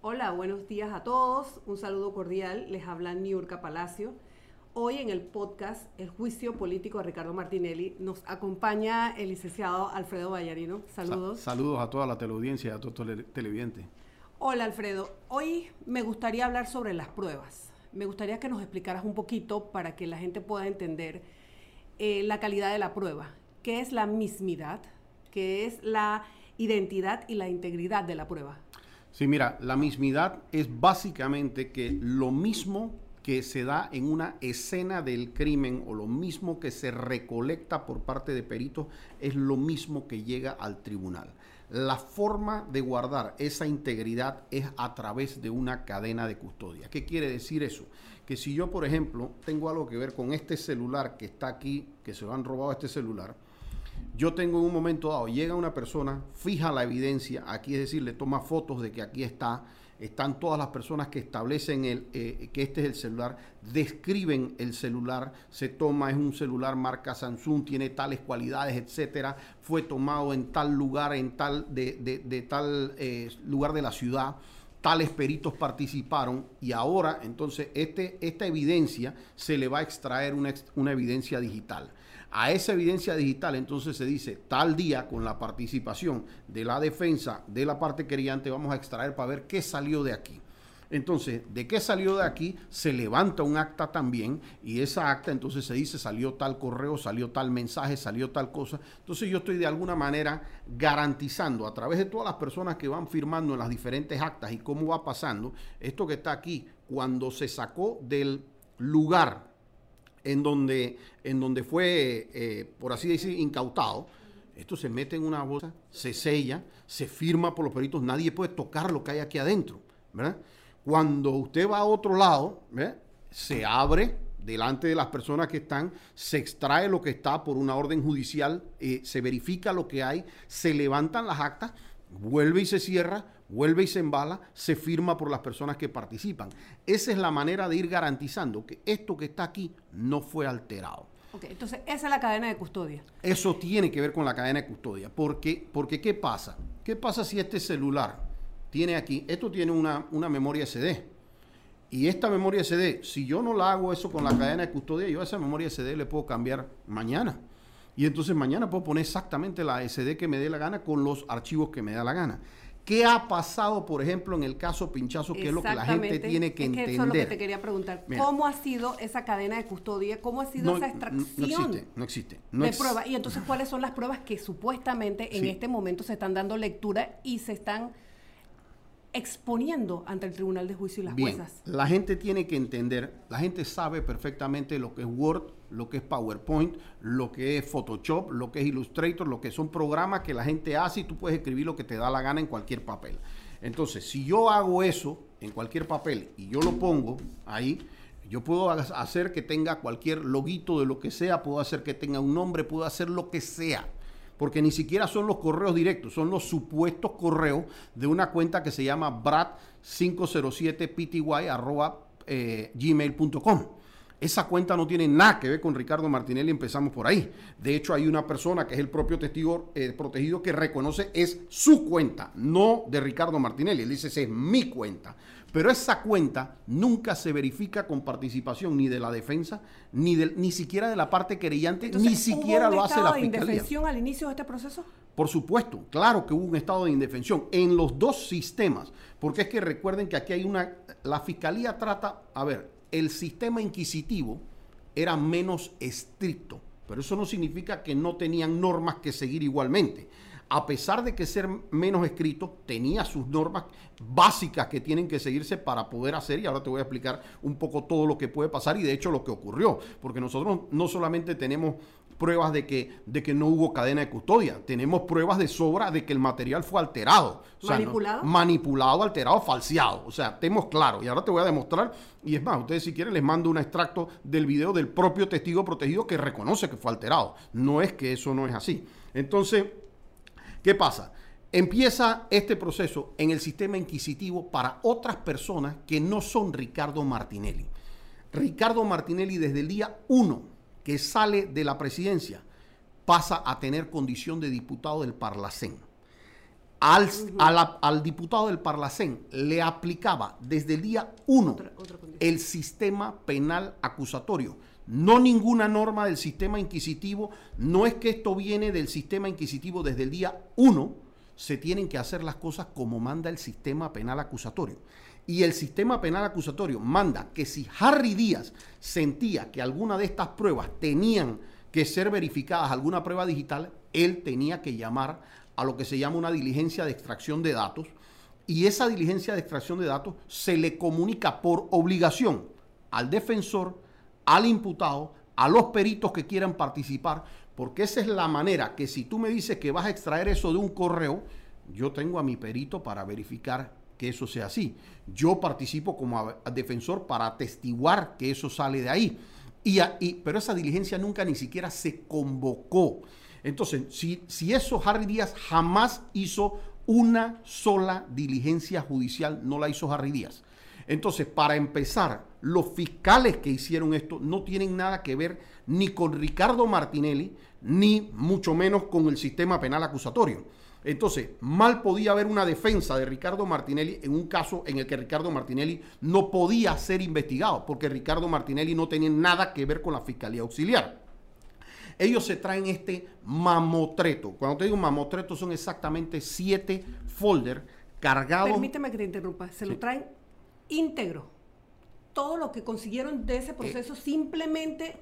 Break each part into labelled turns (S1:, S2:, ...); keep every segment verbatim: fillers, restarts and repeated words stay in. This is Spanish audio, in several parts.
S1: Hola, buenos días a todos. Un saludo cordial. Les habla Niurka Palacio. Hoy en el podcast El Juicio Político de Ricardo Martinelli nos acompaña el licenciado Alfredo Vallarino. Saludos.
S2: Sa saludos a toda la teleaudiencia y a todos los televidentes.
S1: Hola, Alfredo. Hoy me gustaría hablar sobre las pruebas. Me gustaría que nos explicaras un poquito para que la gente pueda entender eh, la calidad de la prueba. ¿Qué es la mismidad? ¿Qué es la identidad y la integridad de la prueba?
S2: Sí, mira, la mismidad es básicamente que lo mismo que se da en una escena del crimen o lo mismo que se recolecta por parte de peritos es lo mismo que llega al tribunal. La forma de guardar esa integridad es a través de una cadena de custodia. ¿Qué quiere decir eso? Que si yo, por ejemplo, tengo algo que ver con este celular que está aquí, que se lo han robado este celular, yo tengo en un momento dado, llega una persona, fija la evidencia, aquí es decir, le toma fotos de que aquí está, están todas las personas que establecen el, eh, que este es el celular, describen el celular, se toma, es un celular marca Samsung, tiene tales cualidades, etcétera, fue tomado en tal lugar, en tal, de, de, de tal eh, lugar de la ciudad, tales peritos participaron y ahora entonces este, esta evidencia se le va a extraer una, una evidencia digital. A esa evidencia digital entonces se dice tal día con la participación de la defensa de la parte querellante vamos a extraer para ver qué salió de aquí. Entonces, ¿de qué salió de aquí? Se levanta un acta también y esa acta entonces se dice salió tal correo, salió tal mensaje, salió tal cosa. Entonces yo estoy de alguna manera garantizando a través de todas las personas que van firmando en las diferentes actas y cómo va pasando, esto que está aquí, cuando se sacó del lugar en donde, en donde fue, eh, por así decir, incautado, esto se mete en una bolsa, se sella, se firma por los peritos, nadie puede tocar lo que hay aquí adentro, ¿verdad? Cuando usted va a otro lado, ¿verdad?, se abre delante de las personas que están, se extrae lo que está por una orden judicial, eh, se verifica lo que hay, se levantan las actas, vuelve y se cierra, vuelve y se embala, se firma por las personas que participan. Esa es la manera de ir garantizando que esto que está aquí no fue alterado.
S1: Ok, entonces esa es la cadena de custodia.
S2: Eso tiene que ver con la cadena de custodia. Porque, porque ¿qué pasa? ¿Qué pasa si este celular tiene aquí, esto tiene una, una memoria ese de? Y esta memoria ese de, si yo no la hago eso con la cadena de custodia, yo a esa memoria ese de le puedo cambiar mañana. Y entonces mañana puedo poner exactamente la ese de que me dé la gana con los archivos que me da la gana. ¿Qué ha pasado, por ejemplo, en el caso Pinchazo, que es lo que la gente tiene que,
S1: es que
S2: entender?
S1: Eso es lo que te quería preguntar. Mira, ¿cómo ha sido esa cadena de custodia? ¿Cómo ha sido
S2: no,
S1: esa extracción
S2: no existe, no existe, no
S1: de
S2: ex
S1: pruebas? Y entonces, ¿cuáles son las pruebas que supuestamente en
S2: sí.
S1: este momento se están dando lectura y se están exponiendo ante el Tribunal de Juicio y las
S2: Bien,
S1: juezas?
S2: La gente tiene que entender, la gente sabe perfectamente lo que es Word, lo que es PowerPoint, lo que es Photoshop, lo que es Illustrator, lo que son programas que la gente hace y tú puedes escribir lo que te da la gana en cualquier papel. Entonces, si yo hago eso en cualquier papel y yo lo pongo ahí, yo puedo hacer que tenga cualquier loguito de lo que sea, puedo hacer que tenga un nombre, puedo hacer lo que sea. Porque ni siquiera son los correos directos, son los supuestos correos de una cuenta que se llama brad cinco cero siete p t y arroba gmail punto com. Esa cuenta no tiene nada que ver con Ricardo Martinelli, empezamos por ahí. De hecho, hay una persona que es el propio testigo eh, protegido que reconoce es su cuenta, no de Ricardo Martinelli. Él dice, esa es mi cuenta. Pero esa cuenta nunca se verifica con participación ni de la defensa, ni, de, ni siquiera de la parte querellante,
S1: Entonces,
S2: ni siquiera lo hace la fiscalía. ¿Hubo un estado de
S1: indefensión al inicio de este proceso?
S2: Por supuesto, claro que hubo un estado de indefensión en los dos sistemas, porque es que recuerden que aquí hay una, la fiscalía trata, a ver, el sistema inquisitivo era menos estricto, pero eso no significa que no tenían normas que seguir igualmente. A pesar de que ser menos escrito, tenía sus normas básicas que tienen que seguirse para poder hacer, y ahora te voy a explicar un poco todo lo que puede pasar y de hecho lo que ocurrió, porque nosotros no solamente tenemos pruebas de que, de que no hubo cadena de custodia, tenemos pruebas de sobra de que el material fue alterado. O sea,
S1: ¿Manipulado?
S2: No, manipulado, alterado, falseado. O sea, estemos claros. Y ahora te voy a demostrar, y es más, ustedes si quieren les mando un extracto del video del propio testigo protegido que reconoce que fue alterado. No es que eso no es así. Entonces, ¿qué pasa? Empieza este proceso en el sistema inquisitivo para otras personas que no son Ricardo Martinelli. Ricardo Martinelli desde el día uno que sale de la presidencia pasa a tener condición de diputado del Parlacén. al, uh-huh. a la, al diputado del Parlacén le aplicaba desde el día uno otra, otra el sistema penal acusatorio. No ninguna norma del sistema inquisitivo, no es que esto viene del sistema inquisitivo desde el día uno, se tienen que hacer las cosas como manda el sistema penal acusatorio. Y el sistema penal acusatorio manda que si Harry Díaz sentía que alguna de estas pruebas tenían que ser verificadas, alguna prueba digital, él tenía que llamar a lo que se llama una diligencia de extracción de datos, y esa diligencia de extracción de datos se le comunica por obligación al defensor, al imputado, a los peritos que quieran participar, porque esa es la manera que si tú me dices que vas a extraer eso de un correo, yo tengo a mi perito para verificar que eso sea así. Yo participo como defensor para atestiguar que eso sale de ahí. Y, y, pero esa diligencia nunca ni siquiera se convocó. Entonces, si, si eso Harry Díaz jamás hizo una sola diligencia judicial, no la hizo Harry Díaz. Entonces, para empezar, los fiscales que hicieron esto no tienen nada que ver ni con Ricardo Martinelli, ni mucho menos con el sistema penal acusatorio. Entonces, mal podía haber una defensa de Ricardo Martinelli en un caso en el que Ricardo Martinelli no podía ser investigado, porque Ricardo Martinelli no tenía nada que ver con la Fiscalía Auxiliar. Ellos se traen este mamotreto. Cuando te digo mamotreto, son exactamente siete folders cargados.
S1: Permíteme que te interrumpa. Se sí. lo traen íntegro. Todo lo que consiguieron de ese proceso eh, simplemente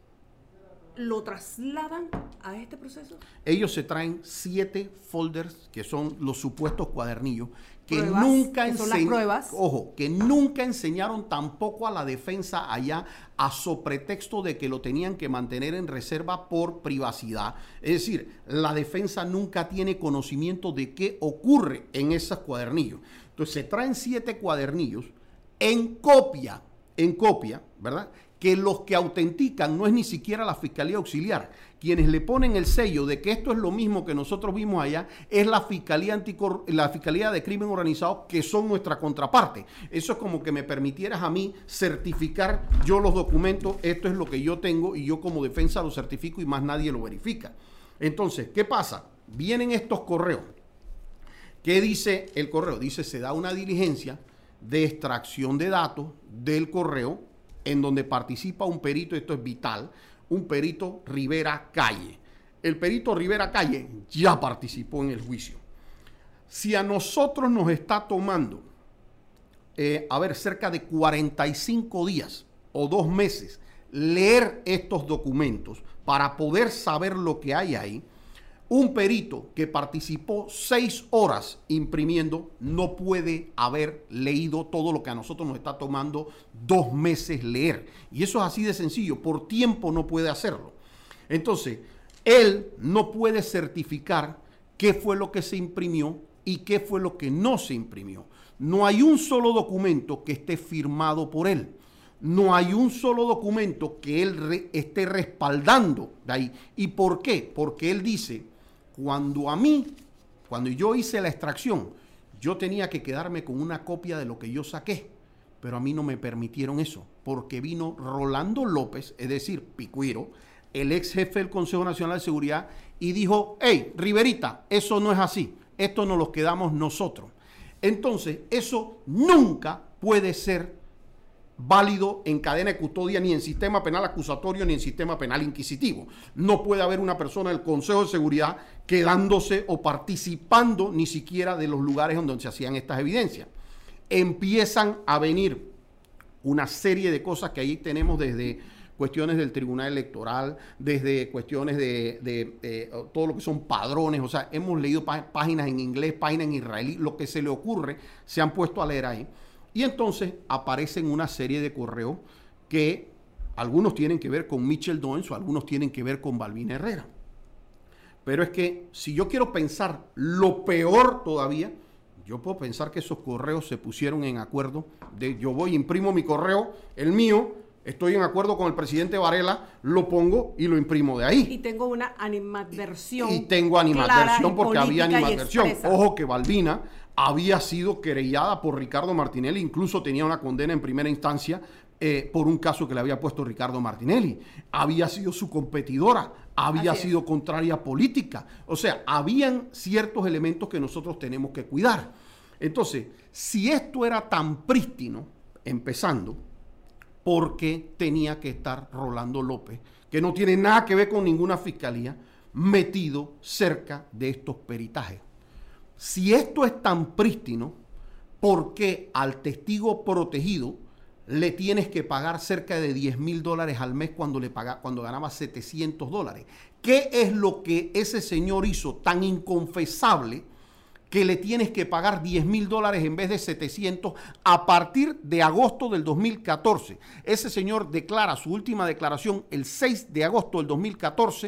S1: lo trasladan a este proceso.
S2: Ellos se traen siete folders que son los supuestos cuadernillos que
S1: pruebas,
S2: nunca
S1: que son las pruebas.
S2: Ojo, que nunca enseñaron tampoco a la defensa allá a sopretexto de que lo tenían que mantener en reserva por privacidad. Es decir, la defensa nunca tiene conocimiento de qué ocurre en esos cuadernillos. Entonces se traen siete cuadernillos en copia, en copia, ¿verdad? Que los que autentican no es ni siquiera la Fiscalía Auxiliar. Quienes le ponen el sello de que esto es lo mismo que nosotros vimos allá es la Fiscalía, Anticor la Fiscalía de Crimen Organizado, que son nuestra contraparte. Eso es como que me permitieras a mí certificar yo los documentos, esto es lo que yo tengo y yo como defensa lo certifico y más nadie lo verifica. Entonces, ¿qué pasa? Vienen estos correos. ¿Qué dice el correo? Dice, se da una diligencia de extracción de datos del correo en donde participa un perito, esto es vital, un perito Rivera Calle. El perito Rivera Calle ya participó en el juicio. Si a nosotros nos está tomando, eh, a ver, cerca de cuarenta y cinco días o dos meses leer estos documentos para poder saber lo que hay ahí, un perito que participó seis horas imprimiendo no puede haber leído todo lo que a nosotros nos está tomando dos meses leer. Y eso es así de sencillo, por tiempo no puede hacerlo. Entonces, él no puede certificar qué fue lo que se imprimió y qué fue lo que no se imprimió. No hay un solo documento que esté firmado por él. No hay un solo documento que él re- esté respaldando de ahí. ¿Y por qué? Porque él dice, cuando a mí, cuando yo hice la extracción, yo tenía que quedarme con una copia de lo que yo saqué, pero a mí no me permitieron eso, porque vino Rolando López, es decir, Picuiro, el ex jefe del Consejo Nacional de Seguridad, y dijo, hey, Riverita, eso no es así, esto nos lo quedamos nosotros. Entonces, eso nunca puede ser válido en cadena de custodia, ni en sistema penal acusatorio, ni en sistema penal inquisitivo. No puede haber una persona del Consejo de Seguridad quedándose o participando ni siquiera de los lugares donde se hacían estas evidencias. Empiezan a venir una serie de cosas que ahí tenemos desde cuestiones del Tribunal Electoral, desde cuestiones de, de, de todo lo que son padrones, o sea, hemos leído pá páginas en inglés, páginas en israelí, lo que se le ocurre, se han puesto a leer ahí. Y entonces aparecen una serie de correos que algunos tienen que ver con Michel Doens o algunos tienen que ver con Balbín Herrera. Pero es que si yo quiero pensar lo peor todavía, yo puedo pensar que esos correos se pusieron en acuerdo de yo voy, imprimo mi correo, el mío, estoy en acuerdo con el presidente Varela, lo pongo y lo imprimo de ahí.
S1: Y tengo una animadversión.
S2: Y, y tengo animadversión porque había animadversión. Ojo que Balbina había sido querellada por Ricardo Martinelli, incluso tenía una condena en primera instancia eh, por un caso que le había puesto Ricardo Martinelli. Había sido su competidora, había Así sido es. contraria política. O sea, habían ciertos elementos que nosotros tenemos que cuidar. Entonces, si esto era tan prístino, empezando, ¿por qué tenía que estar Rolando López, que no tiene nada que ver con ninguna fiscalía, metido cerca de estos peritajes? Si esto es tan prístino, ¿por qué al testigo protegido le tienes que pagar cerca de diez mil dólares al mes cuando, le paga, cuando ganaba setecientos dólares? ¿Qué es lo que ese señor hizo tan inconfesable que le tienes que pagar diez mil dólares en vez de setecientos a partir de agosto del dos mil catorce? Ese señor declara su última declaración el seis de agosto del dos mil catorce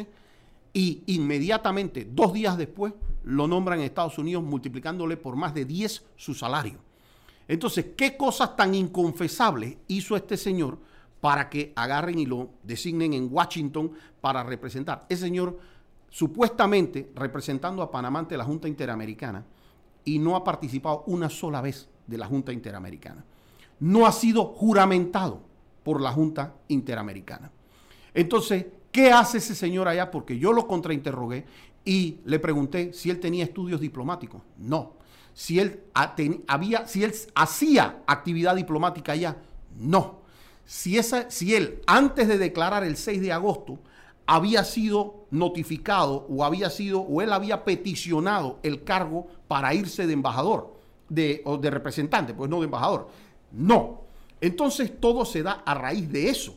S2: y inmediatamente, dos días después, lo nombran en Estados Unidos multiplicándole por más de diez su salario. Entonces, ¿qué cosas tan inconfesables hizo este señor para que agarren y lo designen en Washington para representar? Ese señor supuestamente representando a Panamá ante la Junta Interamericana y no ha participado una sola vez de la Junta Interamericana. No ha sido juramentado por la Junta Interamericana. Entonces, ¿qué hace ese señor allá? Porque yo lo contrainterrogué y le pregunté si él tenía estudios diplomáticos. No. Si él, había, si él hacía actividad diplomática allá. No. Si, esa, si él, antes de declarar el seis de agosto, había sido notificado o había sido o él había peticionado el cargo para irse de embajador de, o de representante, pues no de embajador. No. Entonces todo se da a raíz de eso.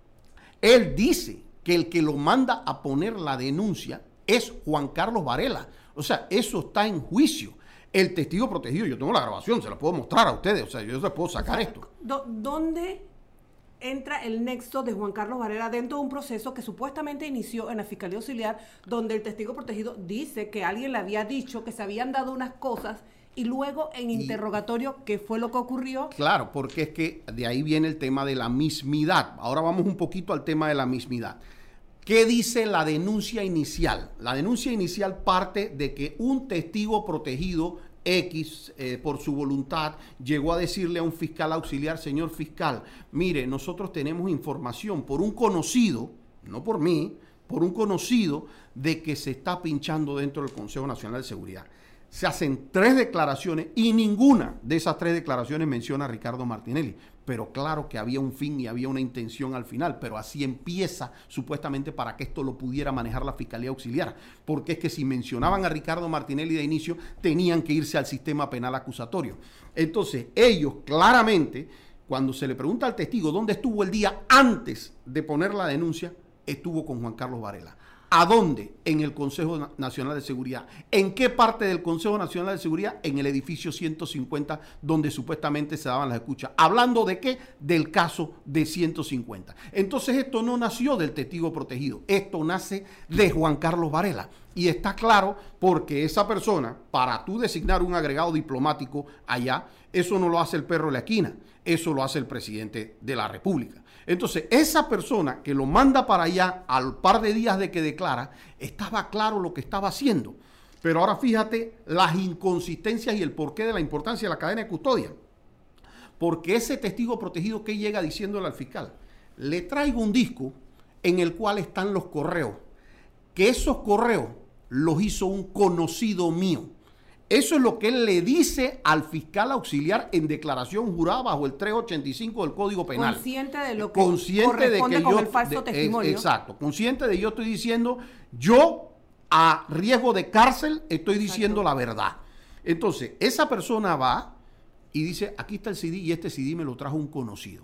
S2: Él dice que el que lo manda a poner la denuncia es Juan Carlos Varela. O sea, eso está en juicio. El testigo protegido, yo tengo la grabación, se la puedo mostrar a ustedes, o sea, yo les puedo sacar esto.
S1: ¿Dónde entra el nexo de Juan Carlos Varela dentro de un proceso que supuestamente inició en la Fiscalía Auxiliar, donde el testigo protegido dice que alguien le había dicho que se habían dado unas cosas y luego en interrogatorio, ¿qué fue lo que ocurrió?
S2: Claro, porque es que de ahí viene el tema de la mismidad. Ahora vamos un poquito al tema de la mismidad. ¿Qué dice la denuncia inicial? La denuncia inicial parte de que un testigo protegido X, eh, por su voluntad, llegó a decirle a un fiscal auxiliar: señor fiscal, mire, nosotros tenemos información por un conocido, no por mí, por un conocido, de que se está pinchando dentro del Consejo Nacional de Seguridad. Se hacen tres declaraciones y ninguna de esas tres declaraciones menciona a Ricardo Martinelli. Pero claro que había un fin y había una intención al final, pero así empieza supuestamente para que esto lo pudiera manejar la Fiscalía Auxiliar. Porque es que si mencionaban a Ricardo Martinelli de inicio, tenían que irse al sistema penal acusatorio. Entonces, ellos claramente, cuando se le pregunta al testigo dónde estuvo el día antes de poner la denuncia, estuvo con Juan Carlos Varela. ¿A dónde? En el Consejo Nacional de Seguridad. ¿En qué parte del Consejo Nacional de Seguridad? En el edificio ciento cincuenta, donde supuestamente se daban las escuchas. ¿Hablando de qué? Del caso de ciento cincuenta. Entonces esto no nació del testigo protegido, esto nace de Juan Carlos Varela. Y está claro porque esa persona, para tú designar un agregado diplomático allá, eso no lo hace el perro de la esquina, eso lo hace el presidente de la República. Entonces, esa persona que lo manda para allá al par de días de que declara, estaba claro lo que estaba haciendo. Pero ahora fíjate las inconsistencias y el porqué de la importancia de la cadena de custodia. Porque ese testigo protegido, ¿qué llega diciéndole al fiscal? Le traigo un disco en el cual están los correos, que esos correos los hizo un conocido mío. Eso es lo que él le dice al fiscal auxiliar en declaración jurada bajo el trescientos ochenta y cinco del Código Penal.
S1: Consciente de lo que
S2: consciente
S1: corresponde
S2: de que
S1: con
S2: yo,
S1: el falso
S2: de,
S1: testimonio.
S2: Es, exacto, consciente de yo estoy diciendo, yo a riesgo de cárcel estoy diciendo exacto. La verdad. Entonces, esa persona va y dice, aquí está el C D y este C D me lo trajo un conocido.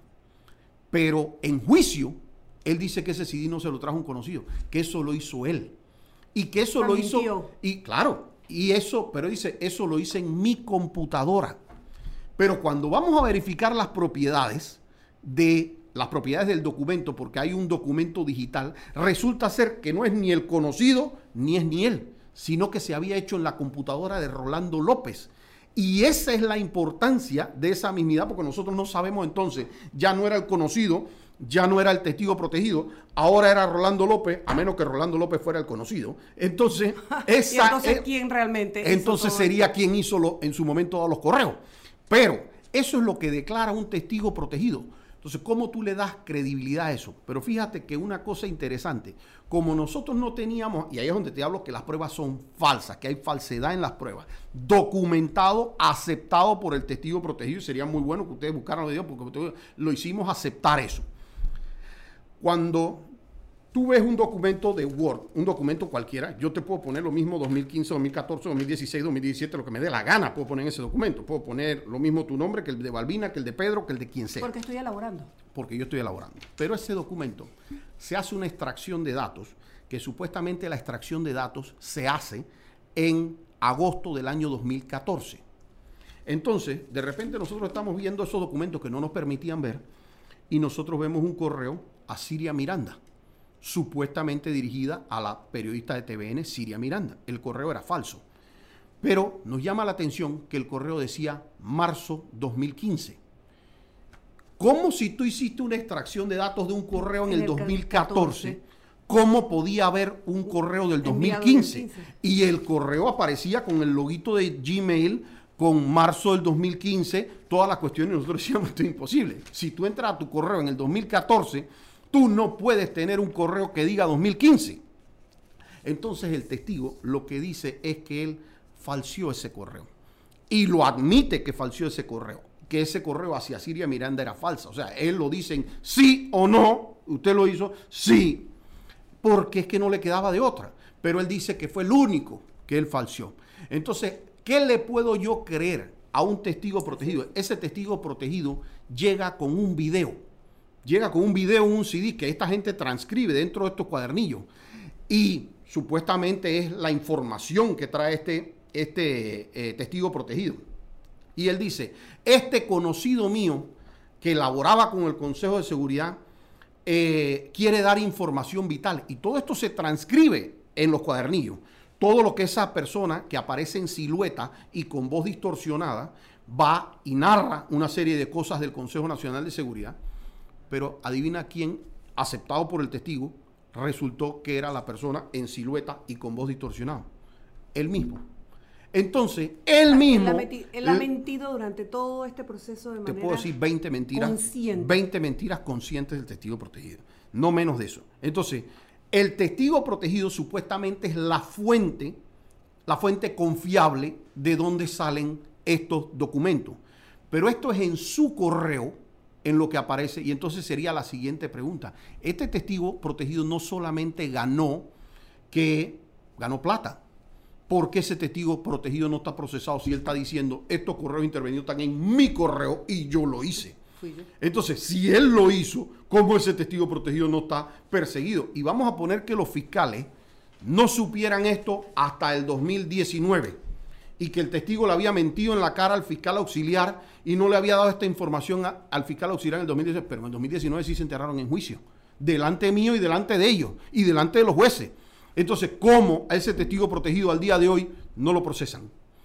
S2: Pero en juicio, él dice que ese C D no se lo trajo un conocido, que eso lo hizo él. Y que eso lo hizo, y claro, y eso, pero dice, eso lo hice en mi computadora. Pero cuando vamos a verificar las propiedades de las propiedades del documento, porque hay un documento digital, resulta ser que no es ni el conocido ni es ni él, sino que se había hecho en la computadora de Rolando López. Y esa es la importancia de esa mismidad, porque nosotros no sabemos entonces, ya no era el conocido, ya no era el testigo protegido, ahora era Rolando López, a menos que Rolando López fuera el conocido. Entonces, esa,
S1: ¿Y entonces eh, quién realmente
S2: entonces sería esto? Quien hizo lo, en su momento todos los correos. Pero eso es lo que declara un testigo protegido. Entonces, ¿cómo tú le das credibilidad a eso? Pero fíjate que una cosa interesante, como nosotros no teníamos, y ahí es donde te hablo que las pruebas son falsas, que hay falsedad en las pruebas, documentado, aceptado por el testigo protegido, y sería muy bueno que ustedes buscaran los videos porque lo hicimos aceptar eso. Cuando tú ves un documento de Word, un documento cualquiera, yo te puedo poner lo mismo dos mil quince, dos mil catorce, dos mil dieciséis, dos mil diecisiete, lo que me dé la gana puedo poner en ese documento. Puedo poner lo mismo tu nombre que el de Balbina, que el de Pedro, que el de quien sea.
S1: Porque estoy elaborando.
S2: Porque yo estoy elaborando. Pero ese documento se hace una extracción de datos, que supuestamente la extracción de datos se hace en agosto del año dos mil catorce. Entonces, de repente nosotros estamos viendo esos documentos que no nos permitían ver y nosotros vemos un correo a Siria Miranda, supuestamente dirigida a la periodista de T V N, Siria Miranda. El correo era falso. Pero nos llama la atención que el correo decía marzo dos mil quince. ¿Cómo si tú hiciste una extracción de datos de un correo en, en el dos mil catorce, cómo podía haber un correo del dos mil quince? Y el correo aparecía con el loguito de Gmail, con marzo del dos mil quince, todas las cuestiones, nosotros decíamos, esto es imposible. Si tú entras a tu correo en el dos mil catorce, tú no puedes tener un correo que diga dos mil quince. Entonces el testigo lo que dice es que él falseó ese correo. Y lo admite que falseó ese correo. Que ese correo hacia Siria Miranda era falsa. O sea, él lo dice en sí o no. ¿Usted lo hizo? Sí. Porque es que no le quedaba de otra. Pero él dice que fue el único que él falseó. Entonces, ¿qué le puedo yo creer a un testigo protegido? Ese testigo protegido llega con un video. Llega con un video, un C D que esta gente transcribe dentro de estos cuadernillos. Y supuestamente es la información que trae este, este eh, testigo protegido. Y él dice, este conocido mío que elaboraba con el Consejo de Seguridad eh, quiere dar información vital. Y todo esto se transcribe en los cuadernillos. Todo lo que esa persona que aparece en silueta y con voz distorsionada va y narra una serie de cosas del Consejo Nacional de Seguridad. Pero adivina quién, aceptado por el testigo, resultó que era la persona en silueta y con voz distorsionada. Él mismo. Entonces, él mismo...
S1: Él ha, meti, él ha mentido durante todo este proceso de manera...
S2: Te puedo decir veinte mentiras.
S1: Consciente.
S2: veinte mentiras conscientes del testigo protegido. No menos de eso. Entonces, el testigo protegido supuestamente es la fuente, la fuente confiable de dónde salen estos documentos. Pero esto es en su correo, en lo que aparece, y entonces sería la siguiente pregunta. Este testigo protegido no solamente ganó que ganó plata. ¿Por qué ese testigo protegido no está procesado si él está diciendo estos correos intervenidos están en mi correo y yo lo hice? Fui yo. Entonces, si él lo hizo, ¿cómo ese testigo protegido no está perseguido? Y vamos a poner que los fiscales no supieran esto hasta el dos mil diecinueve y que el testigo le había mentido en la cara al fiscal auxiliar y no le había dado esta información a, al fiscal auxiliar en el dos mil diecinueve, pero en el dos mil diecinueve sí se enterraron en juicio, delante mío y delante de ellos y delante de los jueces. Entonces, ¿cómo a ese testigo protegido al día de hoy no lo procesan?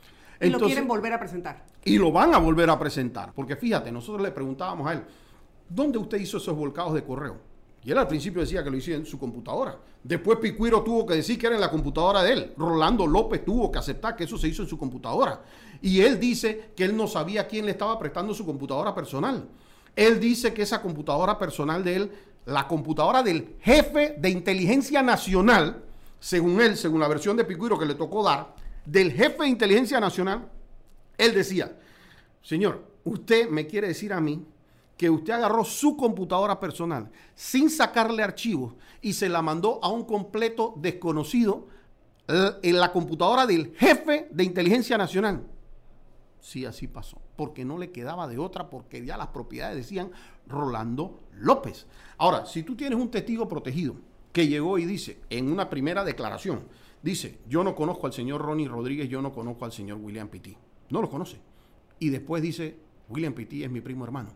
S1: Y Entonces, lo quieren volver a presentar.
S2: Y lo van a volver a presentar. Porque fíjate, nosotros le preguntábamos a él, ¿dónde usted hizo esos volcados de correo? Y él al principio decía que lo hizo en su computadora. Después Picuiro tuvo que decir que era en la computadora de él. Rolando López tuvo que aceptar que eso se hizo en su computadora. Y él dice que él no sabía quién le estaba prestando su computadora personal. Él dice que esa computadora personal de él, la computadora del jefe de inteligencia nacional, según él, según la versión de Picuiro que le tocó dar, del jefe de inteligencia nacional, él decía, señor, usted me quiere decir a mí que usted agarró su computadora personal sin sacarle archivos y se la mandó a un completo desconocido en la computadora del jefe de inteligencia nacional. Sí, así pasó, porque no le quedaba de otra, porque ya las propiedades decían Rolando López. Ahora, si tú tienes un testigo protegido que llegó y dice, en una primera declaración, dice, yo no conozco al señor Ronnie Rodríguez, yo no conozco al señor William Pitty. No lo conoce. Y después dice, William Pitty es mi primo hermano.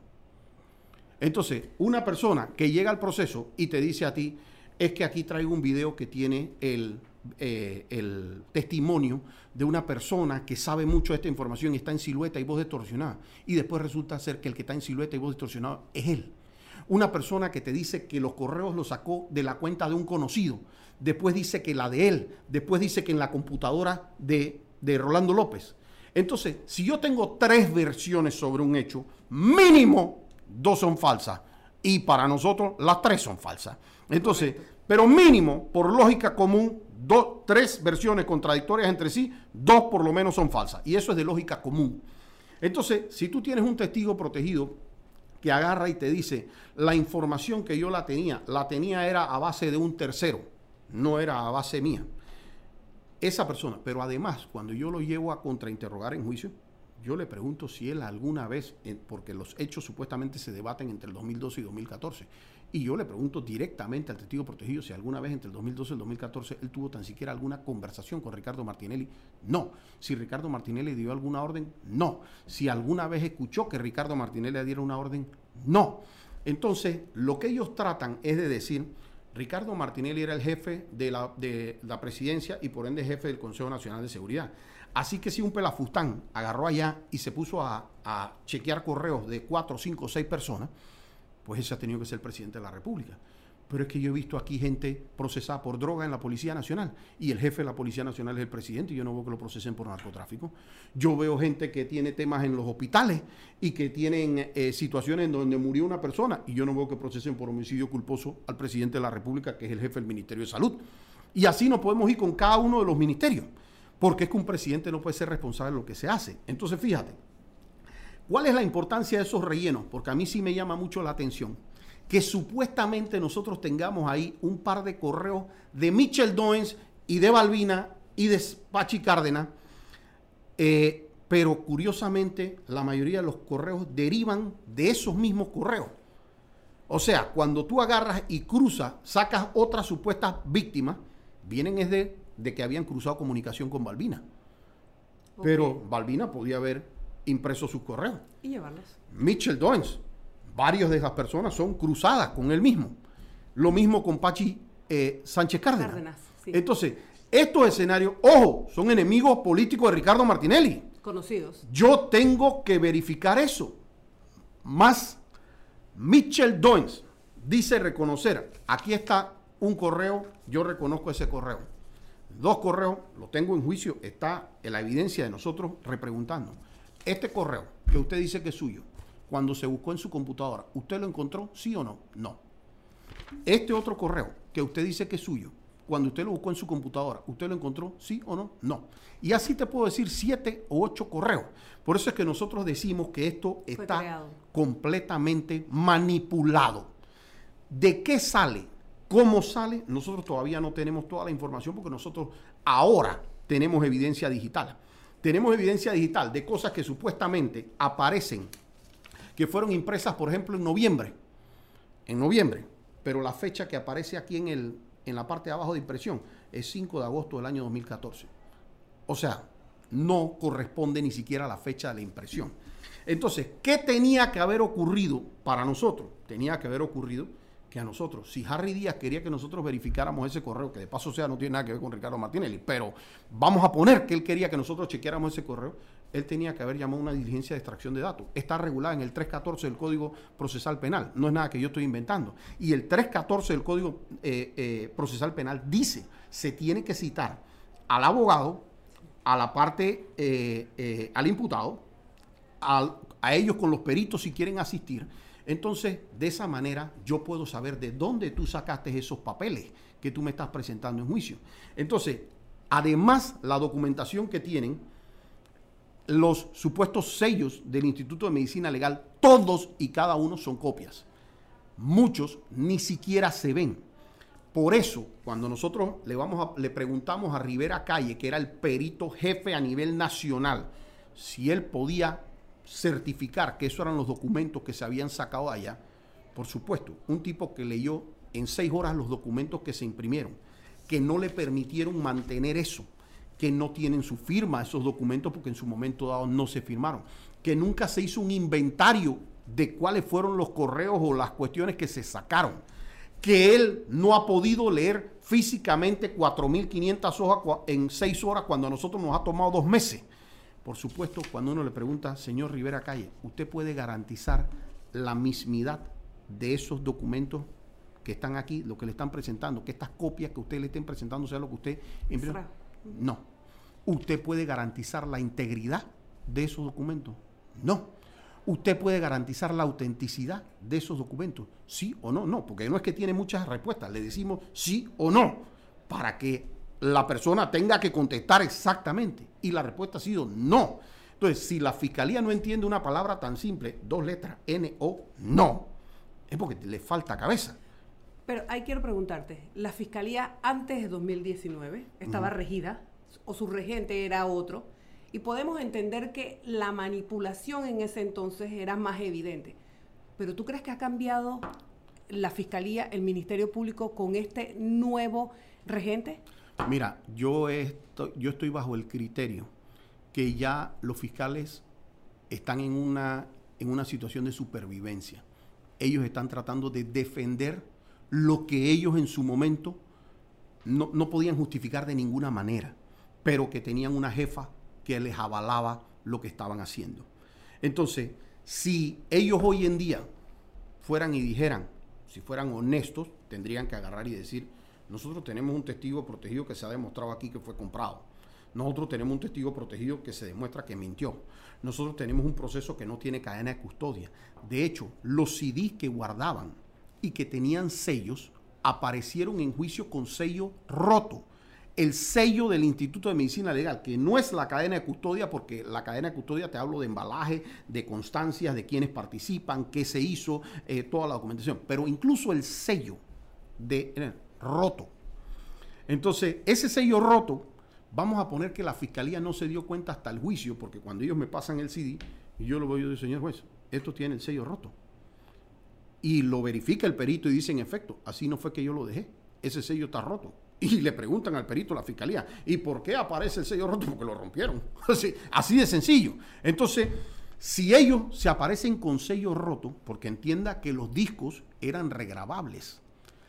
S2: Entonces, una persona que llega al proceso y te dice a ti, es que aquí traigo un video que tiene el, eh, el testimonio de una persona que sabe mucho de esta información y está en silueta y voz distorsionada. Y después resulta ser que el que está en silueta y voz distorsionada es él. una persona que te dice que los correos los sacó de la cuenta de un conocido, después dice que la de él, después dice que en la computadora de, de Rolando López. Entonces, si yo tengo tres versiones sobre un hecho, mínimo dos son falsas. Y para nosotros las tres son falsas. Entonces, pero mínimo, por lógica común, dos, tres versiones contradictorias entre sí, dos por lo menos son falsas. Y eso es de lógica común. Entonces, si tú tienes un testigo protegido que agarra y te dice, la información que yo la tenía, la tenía era a base de un tercero, no era a base mía. Esa persona, pero además, cuando yo lo llevo a contrainterrogar en juicio, yo le pregunto si él alguna vez, porque los hechos supuestamente se debaten entre el dos mil doce y dos mil catorce, y yo le pregunto directamente al testigo protegido si alguna vez entre el dos mil doce y el dos mil catorce él tuvo tan siquiera alguna conversación con Ricardo Martinelli. No. Si Ricardo Martinelli dio alguna orden, no. Si alguna vez escuchó que Ricardo Martinelli le diera una orden, no. Entonces, lo que ellos tratan es de decir, Ricardo Martinelli era el jefe de la, de la presidencia y por ende jefe del Consejo Nacional de Seguridad. Así que si un pelafustán agarró allá y se puso a, a chequear correos de cuatro, cinco, seis personas, pues ese ha tenido que ser el presidente de la República. Pero es que yo he visto aquí gente procesada por droga en la Policía Nacional y el jefe de la Policía Nacional es el presidente y yo no veo que lo procesen por narcotráfico. Yo veo gente que tiene temas en los hospitales y que tienen eh, situaciones en donde murió una persona y yo no veo que procesen por homicidio culposo al presidente de la República, que es el jefe del Ministerio de Salud. Y así nos podemos ir con cada uno de los ministerios, porque es que un presidente no puede ser responsable de lo que se hace. Entonces, fíjate, ¿cuál es la importancia de esos rellenos? Porque a mí sí me llama mucho la atención que supuestamente nosotros tengamos ahí un par de correos de Michel Doens y de Balbina y de Pachi Cárdenas, eh, pero curiosamente la mayoría de los correos derivan de esos mismos correos. O sea, cuando tú agarras y cruzas, sacas otras supuestas víctimas, vienen es de, de que habían cruzado comunicación con Balbina. Okay. Pero Balbina podía haber impreso sus correos.
S1: Y llevarlos.
S2: Michel Doens. Varias de esas personas son cruzadas con él mismo. Lo mismo con Pachi eh, Sánchez Cárdenas. Cárdenas sí. Entonces, estos escenarios, ojo, son enemigos políticos de Ricardo Martinelli.
S1: Conocidos.
S2: Yo tengo que verificar eso. Más, Michel Doens dice reconocer. Aquí está un correo, yo reconozco ese correo. Dos correos, lo tengo en juicio, está en la evidencia de nosotros repreguntando. Este correo que usted dice que es suyo, cuando se buscó en su computadora, ¿usted lo encontró? ¿Sí o no? No. Este otro correo que usted dice que es suyo, cuando usted lo buscó en su computadora, ¿usted lo encontró? ¿Sí o no? No. Y así te puedo decir siete o ocho correos. Por eso es que nosotros decimos que esto
S1: Fue
S2: está
S1: creado.
S2: completamente manipulado. ¿De qué sale? ¿Cómo sale? Nosotros todavía no tenemos toda la información porque nosotros ahora tenemos evidencia digital. Tenemos evidencia digital de cosas que supuestamente aparecen que fueron impresas, por ejemplo, en noviembre, en noviembre, pero la fecha que aparece aquí en, el, en la parte de abajo de impresión es cinco de agosto del año dos mil catorce. O sea, no corresponde ni siquiera a la fecha de la impresión. Entonces, ¿qué tenía que haber ocurrido para nosotros? Tenía que haber ocurrido que a nosotros, si Harry Díaz quería que nosotros verificáramos ese correo, que de paso sea no tiene nada que ver con Ricardo Martinelli, pero vamos a poner que él quería que nosotros chequeáramos ese correo, él tenía que haber llamado una diligencia de extracción de datos. Está regulada en el tres catorce del Código Procesal Penal, no es nada que yo estoy inventando. Y el tres catorce del Código eh, eh, Procesal Penal dice, se tiene que citar al abogado, a la parte, eh, eh, al imputado, a, a ellos con los peritos si quieren asistir. Entonces, de esa manera, yo puedo saber de dónde tú sacaste esos papeles que tú me estás presentando en juicio. Entonces, además, la documentación que tienen, los supuestos sellos del Instituto de Medicina Legal, todos y cada uno son copias. Muchos ni siquiera se ven. Por eso, cuando nosotros le, vamos a, le preguntamos a Rivera Calle, que era el perito jefe a nivel nacional, si él podía certificar que esos eran los documentos que se habían sacado allá, por supuesto, un tipo que leyó en seis horas los documentos que se imprimieron, que no le permitieron mantener eso, que no tienen su firma esos documentos porque en su momento dado no se firmaron, que nunca se hizo un inventario de cuáles fueron los correos o las cuestiones que se sacaron, que él no ha podido leer físicamente cuatro mil quinientas hojas en seis horas cuando a nosotros nos ha tomado dos meses. Por supuesto, cuando uno le pregunta, señor Rivera Calle, ¿usted puede garantizar la mismidad de esos documentos que están aquí, lo que le están presentando, que estas copias que ustedes le estén presentando sea lo que usted imprimió? No. ¿Usted puede garantizar la integridad de esos documentos? No. ¿Usted puede garantizar la autenticidad de esos documentos? ¿Sí o no? No, porque no es que tiene muchas respuestas, le decimos sí o no, para que la persona tenga que contestar exactamente. Y la respuesta ha sido no. Entonces, si la fiscalía no entiende una palabra tan simple, dos letras, N o no, es porque le falta cabeza.
S1: Pero ahí quiero preguntarte, ¿la fiscalía antes de dos mil diecinueve estaba uh-huh. regida o su regente era otro? Y podemos entender que la manipulación en ese entonces era más evidente. Pero ¿tú crees que ha cambiado la fiscalía, el Ministerio Público con este nuevo regente?
S2: Mira, yo estoy, yo estoy bajo el criterio que ya los fiscales están en una, en una situación de supervivencia. Ellos están tratando de defender lo que ellos en su momento no, no podían justificar de ninguna manera, pero que tenían una jefa que les avalaba lo que estaban haciendo. Entonces, si ellos hoy en día fueran y dijeran, si fueran honestos, tendrían que agarrar y decir, nosotros tenemos un testigo protegido que se ha demostrado aquí que fue comprado. Nosotros tenemos un testigo protegido que se demuestra que mintió. Nosotros tenemos un proceso que no tiene cadena de custodia. De hecho, los C Ds que guardaban y que tenían sellos aparecieron en juicio con sello roto. El sello del Instituto de Medicina Legal, que no es la cadena de custodia, porque la cadena de custodia te hablo de embalaje, de constancias, de quienes participan, qué se hizo, eh, toda la documentación, pero incluso el sello de eh, roto. Entonces, ese sello roto, vamos a poner que la fiscalía no se dio cuenta hasta el juicio, porque cuando ellos me pasan el C D, y yo lo veo, yo digo, señor juez, esto tiene el sello roto. Y lo verifica el perito y dice, en efecto, así no fue que yo lo dejé, ese sello está roto. Y le preguntan al perito, la fiscalía, ¿y por qué aparece el sello roto? Porque lo rompieron. Así, así de sencillo. Entonces, si ellos se aparecen con sello roto, porque entienda que los discos eran regrabables,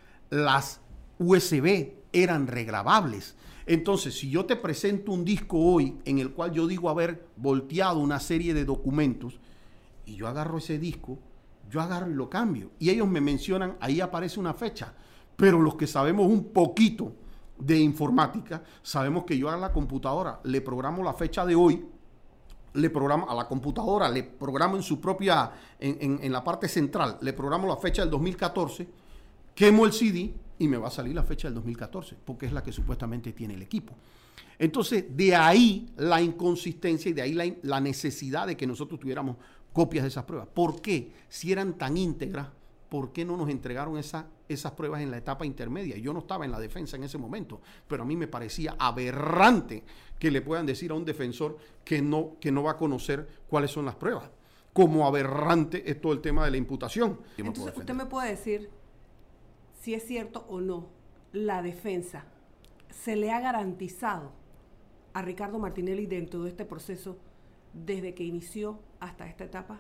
S2: las U S B eran regrabables. Entonces, si yo te presento un disco hoy en el cual yo digo haber volteado una serie de documentos, y yo agarro ese disco, yo agarro y lo cambio. Y ellos me mencionan, ahí aparece una fecha. Pero los que sabemos un poquito de informática, sabemos que yo a la computadora le programo la fecha de hoy, le programo a la computadora, le programo en su propia, en, en, en la parte central, le programo la fecha del dos mil catorce, quemo el C D y me va a salir la fecha del dos mil catorce, porque es la que supuestamente tiene el equipo. Entonces, de ahí la inconsistencia y de ahí la, la necesidad de que nosotros tuviéramos copias de esas pruebas. ¿Por qué? Si eran tan íntegras, ¿por qué no nos entregaron esa, esas pruebas en la etapa intermedia? Yo no estaba en la defensa en ese momento, pero a mí me parecía aberrante que le puedan decir a un defensor que no, que no va a conocer cuáles son las pruebas. Como aberrante es todo el tema de la imputación.
S1: Entonces, usted me puede decir si es cierto o no, la defensa se le ha garantizado a Ricardo Martinelli dentro de este proceso desde que inició hasta esta etapa.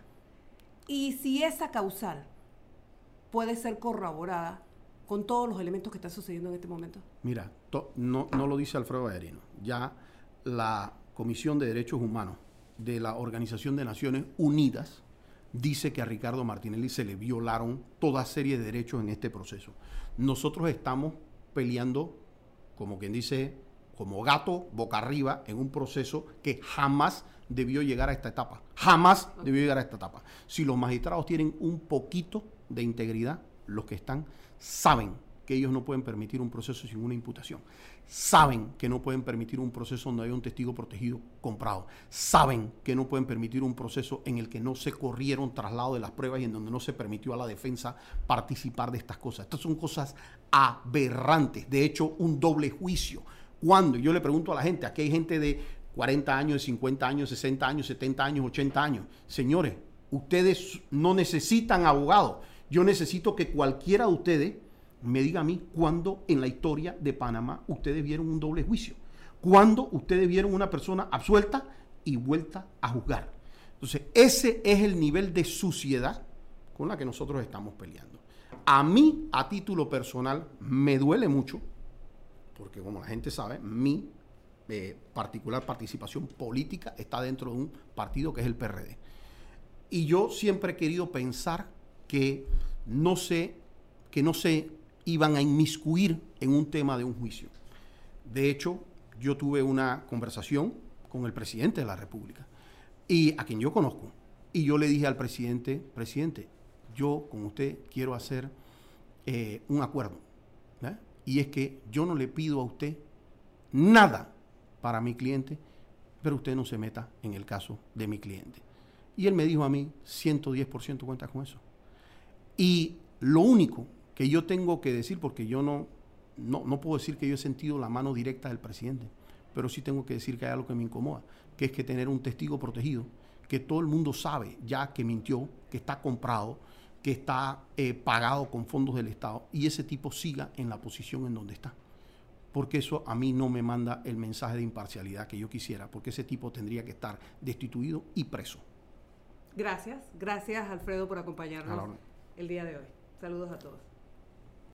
S1: Y si esa causal puede ser corroborada con todos los elementos que están sucediendo en este momento.
S2: Mira, to, no, no lo dice Alfredo Vallarino. Ya la Comisión de Derechos Humanos de la Organización de Naciones Unidas dice que a Ricardo Martinelli se le violaron toda serie de derechos en este proceso. Nosotros estamos peleando, como quien dice, como gato boca arriba en un proceso que jamás debió llegar a esta etapa. Jamás debió llegar a esta etapa. Si los magistrados tienen un poquito de integridad, los que están saben que ellos no pueden permitir un proceso sin una imputación. Saben que no pueden permitir un proceso donde haya un testigo protegido comprado. Saben que no pueden permitir un proceso en el que no se corrieron traslado de las pruebas y en donde no se permitió a la defensa participar de estas cosas. Estas son cosas aberrantes. De hecho, un doble juicio. Cuando yo le pregunto a la gente, aquí hay gente de cuarenta años, de cincuenta años, sesenta años, setenta años, ochenta años. Señores, ustedes no necesitan abogados. Yo necesito que cualquiera de ustedes me diga a mí cuándo en la historia de Panamá ustedes vieron un doble juicio. Cuándo ustedes vieron una persona absuelta y vuelta a juzgar. Entonces, ese es el nivel de suciedad con la que nosotros estamos peleando. A mí, a título personal, me duele mucho, porque como la gente sabe, mi eh, particular participación política está dentro de un partido que es el P R D. Y yo siempre he querido pensar que no sé, que no se iban a inmiscuir en un tema de un juicio. De hecho, yo tuve una conversación con el presidente de la República, y a quien yo conozco, y yo le dije al presidente, presidente, yo con usted quiero hacer eh, un acuerdo, ¿eh? Y es que yo no le pido a usted nada para mi cliente, pero usted no se meta en el caso de mi cliente. Y él me dijo a mí, ciento diez por ciento cuenta con eso. Y lo único que yo tengo que decir, porque yo no, no, no puedo decir que yo he sentido la mano directa del presidente, pero sí tengo que decir que hay algo que me incomoda, que es que tener un testigo protegido, que todo el mundo sabe ya que mintió, que está comprado, que está eh, pagado con fondos del Estado, y ese tipo siga en la posición en donde está. Porque eso a mí no me manda el mensaje de imparcialidad que yo quisiera, porque ese tipo tendría que estar destituido y preso.
S1: Gracias, gracias Alfredo por acompañarnos el día de hoy. Saludos a todos.